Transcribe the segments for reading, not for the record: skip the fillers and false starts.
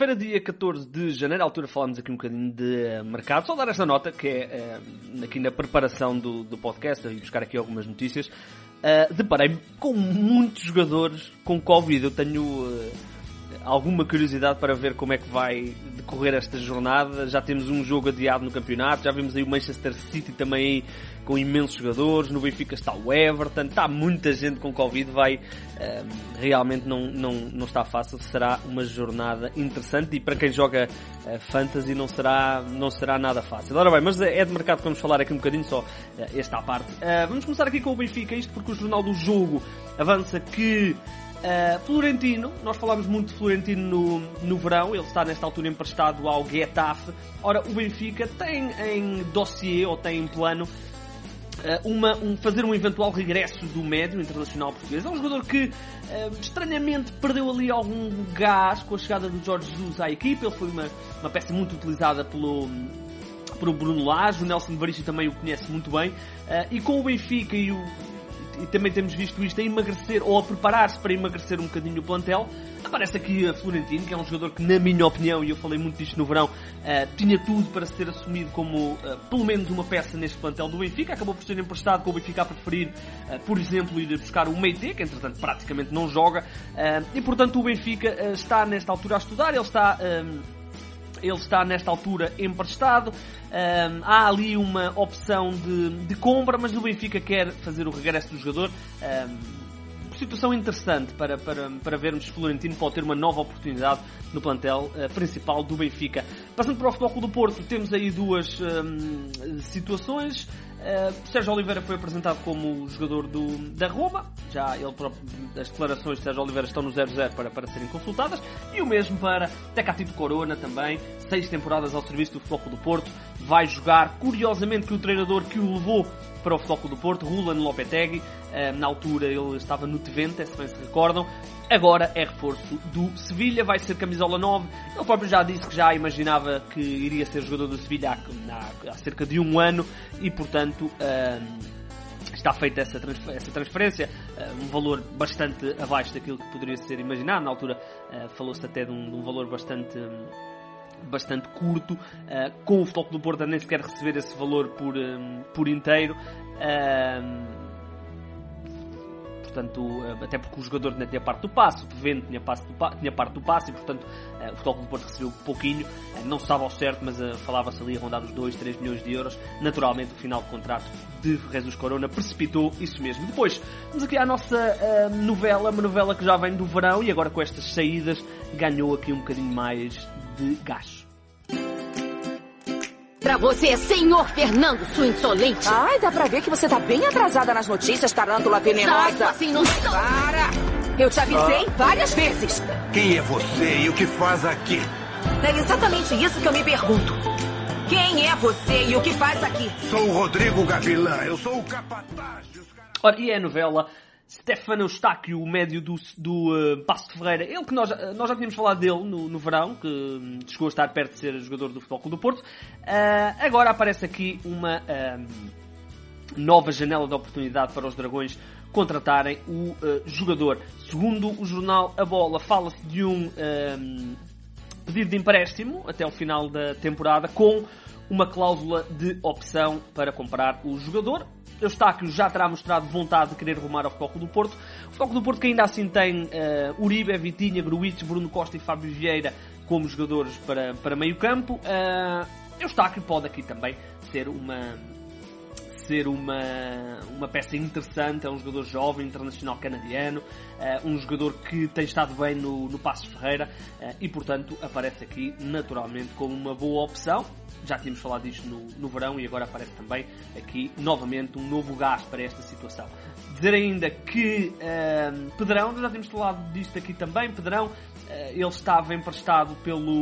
Segunda-feira, dia 14 de janeiro, à altura falámos aqui um bocadinho de mercado. Só dar esta nota, que é aqui na preparação do podcast, e buscar aqui algumas notícias. Deparei-me com muitos jogadores com Covid. Eu tenho alguma curiosidade para ver como é que vai decorrer esta jornada. Já temos um jogo adiado no campeonato, já vimos aí o Manchester City também aí com imensos jogadores, no Benfica está o Everton, está muita gente com Covid, realmente não está fácil, será uma jornada interessante e para quem joga Fantasy não será nada fácil. Ora bem, mas é de mercado que vamos falar aqui um bocadinho, só esta à parte. Vamos começar aqui com o Benfica, isto porque o Jornal do Jogo avança que Florentino, nós falámos muito de Florentino no verão, ele está nesta altura emprestado ao Getafe. Ora, o Benfica tem em dossiê, ou tem em plano, fazer um eventual regresso do médio internacional português. É um jogador que estranhamente perdeu ali algum gás com a chegada do Jorge Jesus à equipa. Ele foi uma peça muito utilizada pelo Bruno Lage, o Nelson Varici também o conhece muito bem, e com o Benfica e também temos visto isto a emagrecer, ou a preparar-se para emagrecer um bocadinho o plantel, aparece aqui a Florentino, que é um jogador que, na minha opinião, e eu falei muito disto no verão, tinha tudo para ser assumido como pelo menos uma peça neste plantel do Benfica. Acabou por ser emprestado, com o Benfica a preferir, por exemplo, ir buscar o Meite, que entretanto praticamente não joga, e portanto o Benfica está nesta altura a estudar. Ele está nesta altura emprestado. Há ali uma opção de compra, mas o Benfica quer fazer o regresso do jogador. Situação interessante para vermos se Florentino pode ter uma nova oportunidade no plantel principal do Benfica. Passando para o Futebol Clube do Porto, temos aí duas situações. Sérgio Oliveira foi apresentado como jogador da Roma. Já ele próprio, as declarações de Sérgio Oliveira estão no 0-0 para serem consultadas. E o mesmo para Tecatito Corona também. 6 temporadas ao serviço do Futebol Clube do Porto. Vai jogar, curiosamente, que o treinador que o levou para o Futebol Clube do Porto, Roland Lopetegui, na altura ele estava no Twente, se bem se recordam. Agora é reforço do Sevilha, vai ser camisola 9. Ele próprio já disse que já imaginava que iria ser jogador do Sevilha há cerca de um ano e, portanto, está feita essa transferência, um valor bastante abaixo daquilo que poderia ser imaginado. Na altura falou-se até de um valor bastante curto, com o Futebol Clube do Porto a nem sequer receber esse valor por inteiro. Portanto, até porque o jogador tinha parte do passe, o que vende tinha parte do passe, e portanto o Futebol Clube do Porto recebeu pouquinho, não se estava ao certo, mas falava-se ali a rondar os 2-3 milhões de euros. Naturalmente o final de contrato de Jesus Corona precipitou isso mesmo. Depois, vamos aqui à nossa novela, uma novela que já vem do verão e agora com estas saídas ganhou aqui um bocadinho mais de gás. Pra você, senhor Fernando, sua insolente. Ai, dá pra ver que você tá bem atrasada nas notícias, tarântula venenosa. Assim não... Para! Eu te avisei várias vezes. Quem é você e o que faz aqui? É exatamente isso que eu me pergunto. Quem é você e o que faz aqui? Sou o Rodrigo Gavilã, eu sou o capataz. Ora, e é a novela Stefano Eustáquio, o médio do Paços de Ferreira. Ele que nós já tínhamos falado dele no verão, que chegou a estar perto de ser jogador do Futebol Clube do Porto. Agora aparece aqui uma nova janela de oportunidade para os Dragões contratarem o jogador. Segundo o jornal A Bola, fala-se de um pedido de empréstimo até o final da temporada, com uma cláusula de opção para comprar o jogador. Eustáquio já terá mostrado vontade de querer rumar ao Futebol Clube do Porto. O Futebol Clube do Porto, que ainda assim tem Uribe, Vitinha, Gruitch, Bruno Costa e Fábio Vieira como jogadores para meio campo. Eustáquio pode aqui também ser uma peça interessante. É um jogador jovem, internacional canadiano, um jogador que tem estado bem no Paços de Ferreira e, portanto, aparece aqui naturalmente como uma boa opção. Já tínhamos falado disto no verão e agora aparece também aqui novamente um novo gás para esta situação. Dizer ainda que Pedrão, nós já tínhamos falado disto aqui também. Pedrão, ele estava emprestado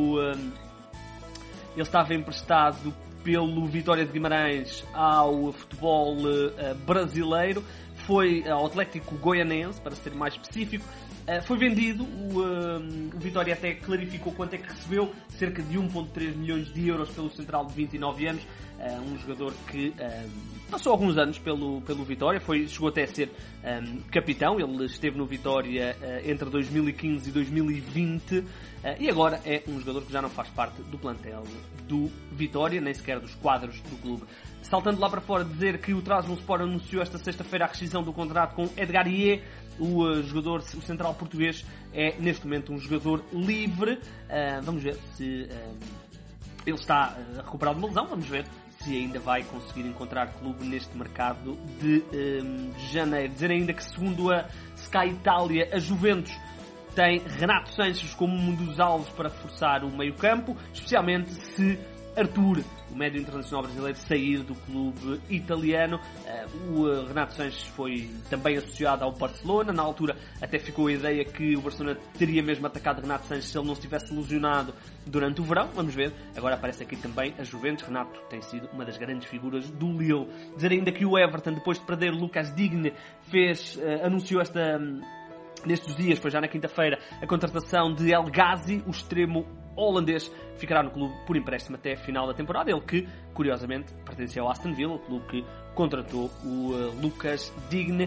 pelo Vitória de Guimarães ao futebol brasileiro, foi ao Atlético Goianense, para ser mais específico, Foi vendido, o Vitória até clarificou quanto é que recebeu, cerca de 1,3 milhões de euros pelo central de 29 anos, um jogador que passou alguns anos pelo Vitória, chegou até a ser capitão, ele esteve no Vitória entre 2015 e 2020 e agora é um jogador que já não faz parte do plantel do Vitória, nem sequer dos quadros do clube. Saltando lá para fora, dizer que o Trabzonspor anunciou esta sexta-feira a rescisão do contrato com Edgar Ié. O central português é neste momento um jogador livre. Vamos ver se ele está a recuperar de uma lesão, vamos ver se ainda vai conseguir encontrar clube neste mercado de janeiro. Dizer ainda que, segundo a Sky Itália, a Juventus tem Renato Sanches como um dos alvos para reforçar o meio-campo, especialmente se Arthur, o médio internacional brasileiro, sair do clube italiano. O Renato Sanches foi também associado ao Barcelona. Na altura até ficou a ideia que o Barcelona teria mesmo atacado Renato Sanches se ele não estivesse lesionado durante o verão. Vamos ver. Agora aparece aqui também a Juventus. Renato tem sido uma das grandes figuras do Lille. Dizer ainda que o Everton, depois de perder Lucas Digne, anunciou nestes dias, foi já na quinta-feira, a contratação de El Ghazi, o extremo holandês, ficará no clube por empréstimo até a final da temporada. Ele que, curiosamente, pertencia ao Aston Villa, o clube que contratou o Lucas Digne.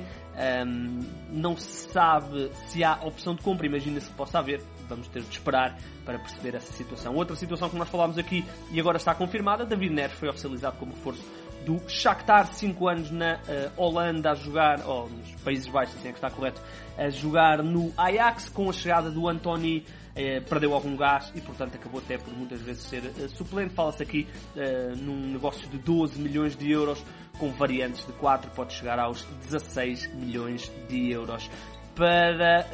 Não se sabe se há opção de compra, imagina-se que possa haver. Vamos ter de esperar para perceber essa situação. Outra situação que nós falámos aqui e agora está confirmada, David Neres foi oficializado como reforço do Shakhtar, 5 anos na Holanda a jogar, nos Países Baixos, assim é que está correto, a jogar no Ajax. Com a chegada do Antony, perdeu algum gás e, portanto, acabou até por muitas vezes ser suplente. Fala-se aqui num negócio de 12 milhões de euros, com variantes de 4, pode chegar aos 16 milhões de euros. Para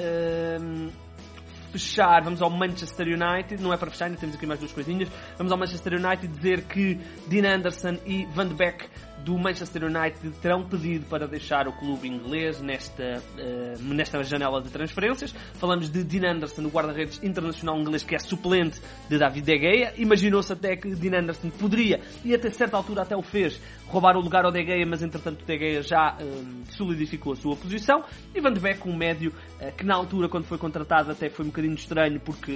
fechar, vamos ao Manchester United. Não é para fechar, ainda temos aqui mais duas coisinhas. Vamos ao Manchester United dizer que Dean Anderson e Van de Beek do Manchester United terão pedido para deixar o clube inglês nesta janela de transferências. Falamos de Dean Anderson, o guarda-redes internacional inglês que é suplente de David De Gea. Imaginou-se até que Dean Anderson poderia, e até certa altura até o fez, roubar o lugar ao De Gea, mas entretanto o De Gea já solidificou a sua posição. E Van de Beek, um médio que na altura, quando foi contratado, até foi um bocadinho estranho, porque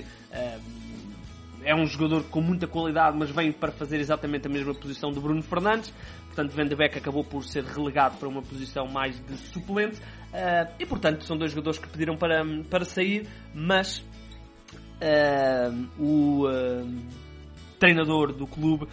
é um jogador com muita qualidade, mas vem para fazer exatamente a mesma posição do Bruno Fernandes. Portanto, Van de Beek acabou por ser relegado para uma posição mais de suplente. E, portanto, são dois jogadores que pediram para sair, mas o treinador do clube,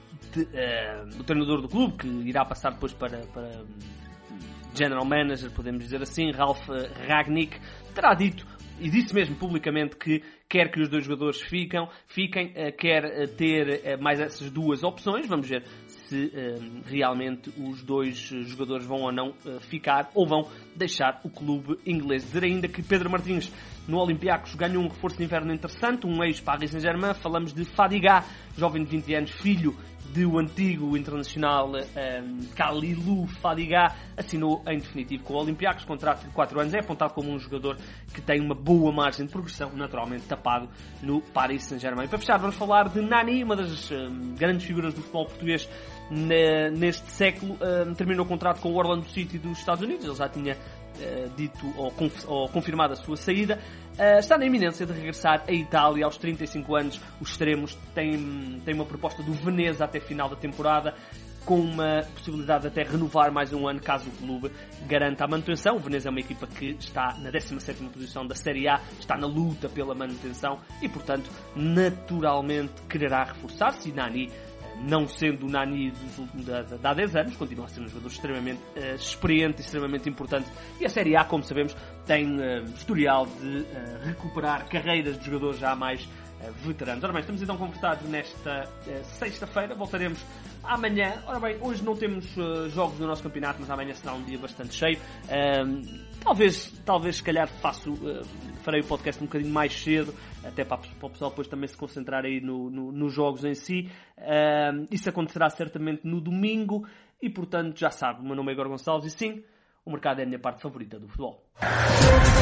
que irá passar depois para General Manager, podemos dizer assim, Ralf Rangnick, terá dito, e disse mesmo publicamente, que quer que os dois jogadores fiquem, quer ter mais essas duas opções. Vamos ver se realmente os dois jogadores vão ou não ficar, ou vão deixar o clube inglês. Dizer ainda que Pedro Martins, no Olympiacos, ganhou um reforço de inverno interessante, um ex-Paris Saint-Germain. Falamos de Fadiga, jovem de 20 anos, filho do antigo internacional Kalilou Fadiga, assinou em definitivo com o Olympiacos, contrato de 4 anos. É apontado como um jogador que tem uma boa margem de progressão, naturalmente tapado no Paris Saint-Germain. Para fechar, vamos falar de Nani, uma das grandes figuras do futebol português neste século. Terminou o contrato com o Orlando City dos Estados Unidos. Ele já tinha dito ou confirmado a sua saída. Está na iminência de regressar à Itália aos 35 anos. Os extremos têm uma proposta do Veneza até final da temporada, com uma possibilidade de até renovar mais um ano caso o clube garanta a manutenção. O Veneza é uma equipa que está na 17ª posição da Série A, está na luta pela manutenção e, portanto, naturalmente quererá reforçar-se. E Nani, não sendo o Nani de há 10 anos, continua a ser um jogador extremamente experiente e extremamente importante. E a Série A, como sabemos, tem historial de recuperar carreiras de jogadores já mais veteranos. Ora bem, estamos então conversados nesta sexta-feira. Voltaremos amanhã. Ora bem, hoje não temos jogos do nosso campeonato, mas amanhã será um dia bastante cheio. Talvez se calhar farei o podcast um bocadinho mais cedo, até para o pessoal depois também se concentrar aí nos jogos em si. Isso acontecerá certamente no domingo e, portanto, já sabe, o meu nome é Igor Gonçalves e sim, o mercado é a minha parte favorita do futebol.